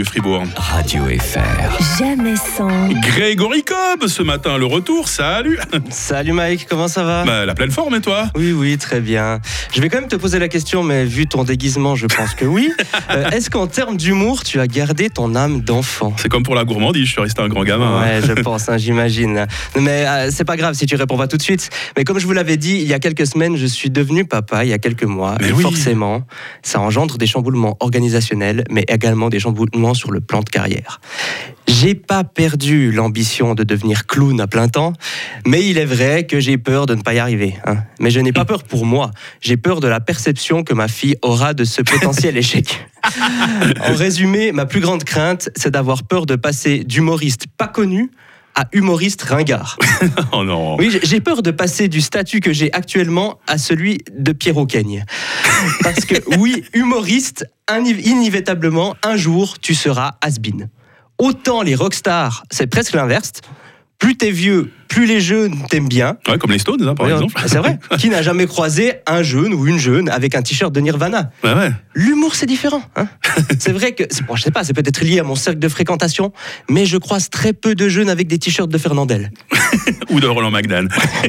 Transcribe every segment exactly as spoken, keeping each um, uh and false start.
Fribourg. Radio F R. Jamais sans. Grégory Cobb, ce matin, le retour, salut. Salut Mike, comment ça va? Bah, la pleine forme, et toi? Oui, oui, très bien. Je vais quand même te poser la question, mais vu ton déguisement, je pense que oui. Euh, est-ce qu'en termes d'humour, tu as gardé ton âme d'enfant? C'est comme pour la gourmandise, je suis resté un grand gamin. Ouais, hein. je pense, hein, j'imagine. Mais euh, c'est pas grave si tu réponds pas tout de suite. Mais comme je vous l'avais dit, il y a quelques semaines, je suis devenu papa, il y a quelques mois. Mais et oui. Forcément, ça engendre des chamboulements organisationnels, mais également des chamboulements sur le plan de carrière. J'ai pas perdu l'ambition de devenir clown à plein temps, mais il est vrai que j'ai peur de ne pas y arriver. Hein. Mais je n'ai pas peur pour moi, j'ai peur de la perception que ma fille aura de ce potentiel échec. En résumé, ma plus grande crainte, c'est d'avoir peur de passer d'humoriste pas connu à humoriste ringard. Oh non. Oui, j'ai peur de passer du statut que j'ai actuellement à celui de Pierrot Keigne. Parce que oui, humoriste, inévitablement, un jour, tu seras has-been. Autant les rockstars, c'est presque l'inverse. Plus t'es vieux, plus les jeunes t'aiment bien. Ouais, comme les Stones, hein, par Oui, exemple. C'est vrai. Qui n'a jamais croisé un jeune ou une jeune avec un t-shirt de Nirvana? Ouais, ouais. L'humour, c'est différent. Hein. C'est vrai que, bon, je sais pas, c'est peut-être lié à mon cercle de fréquentation, mais je croise très peu de jeunes avec des t-shirts de Fernandel. Ou de Roland McDan.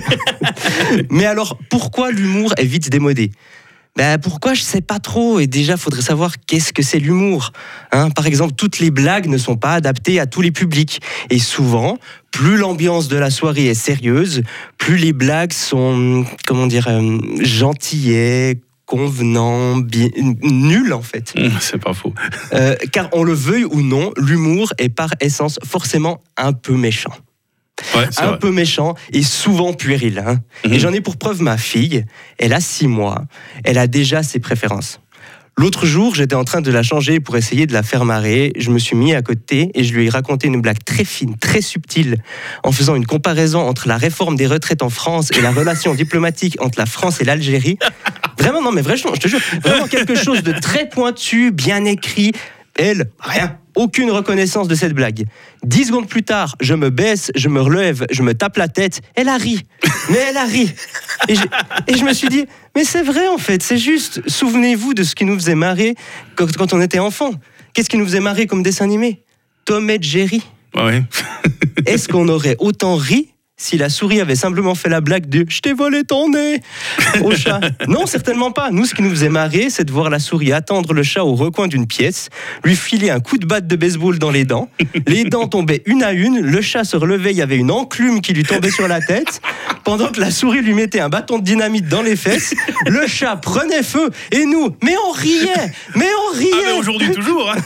Mais alors, pourquoi l'humour est vite démodé? Ben, pourquoi, je sais pas trop. Et déjà, faudrait savoir qu'est-ce que c'est l'humour. Hein, par exemple, toutes les blagues ne sont pas adaptées à tous les publics. Et souvent, plus l'ambiance de la soirée est sérieuse, plus les blagues sont, comment dire, euh, gentillets, convenants, bien, nuls en fait. Mmh, c'est pas faux. Euh, car on le veuille ou non, l'humour est par essence forcément un peu méchant. Ouais, c'est un vrai. peu méchant et souvent puéril. Hein. Mmh. Et j'en ai pour preuve ma fille. Elle a six mois. Elle a déjà ses préférences. L'autre jour, j'étais en train de la changer pour essayer de la faire marrer. Je me suis mis à côté et je lui ai raconté une blague très fine, très subtile, en faisant une comparaison entre la réforme des retraites en France et la relation diplomatique entre la France et l'Algérie. Vraiment, non, mais vraiment, je te jure, vraiment quelque chose de très pointu, bien écrit. Elle, rien. Aucune reconnaissance de cette blague. Dix secondes plus tard, je me baisse, je me relève, je me tape la tête. Elle a ri. Mais elle a ri. Et je, et je me suis dit, mais c'est vrai en fait, c'est juste. Souvenez-vous de ce qui nous faisait marrer quand, quand on était enfant. Qu'est-ce qui nous faisait marrer comme dessin animé? Tom et Jerry. Ouais. Est-ce qu'on aurait autant ri si la souris avait simplement fait la blague de « je t'ai volé ton nez » au chat? Non, certainement pas. Nous, ce qui nous faisait marrer, c'est de voir la souris attendre le chat au recoin d'une pièce, lui filer un coup de batte de baseball dans les dents. Les dents tombaient une à une, le chat se relevait, il y avait une enclume qui lui tombait sur la tête, pendant que la souris lui mettait un bâton de dynamite dans les fesses. Le chat prenait feu, et nous, mais on riait, mais on riait. Ah, mais aujourd'hui, toujours. Hein.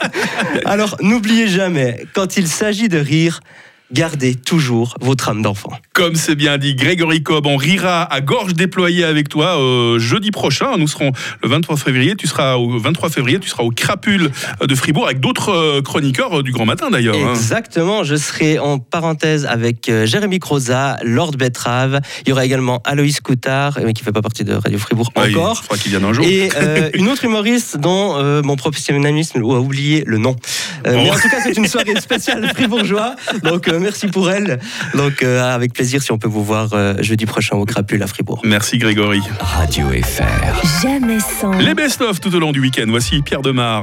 Alors, n'oubliez jamais, quand il s'agit de rire, gardez toujours votre âme d'enfant. Comme c'est bien dit, Grégory Cobb, on rira à gorge déployée avec toi euh, jeudi prochain. Nous serons le vingt-trois février. Tu seras au vingt-trois février. Tu seras au Crapule de Fribourg avec d'autres euh, chroniqueurs euh, du Grand Matin d'ailleurs. Hein. Exactement. Je serai en parenthèse avec euh, Jérémy Croza, Lord Betrave. Il y aura également Aloïs Coutard, mais qui ne fait pas partie de Radio Fribourg Ouais, encore. je crois qu'il vient un jour. Et euh, une autre humoriste dont euh, mon professionnalisme a oublié le nom. Euh, Bon. Mais en tout cas, c'est une soirée spéciale fribourgeois. Donc euh, merci pour elle. Donc euh, avec plaisir si on peut vous voir euh, jeudi prochain au Crapule à Fribourg. Merci Grégory. Radio F R. Jamais sans. Les best-of tout au long du week-end. Voici Pierre Demar.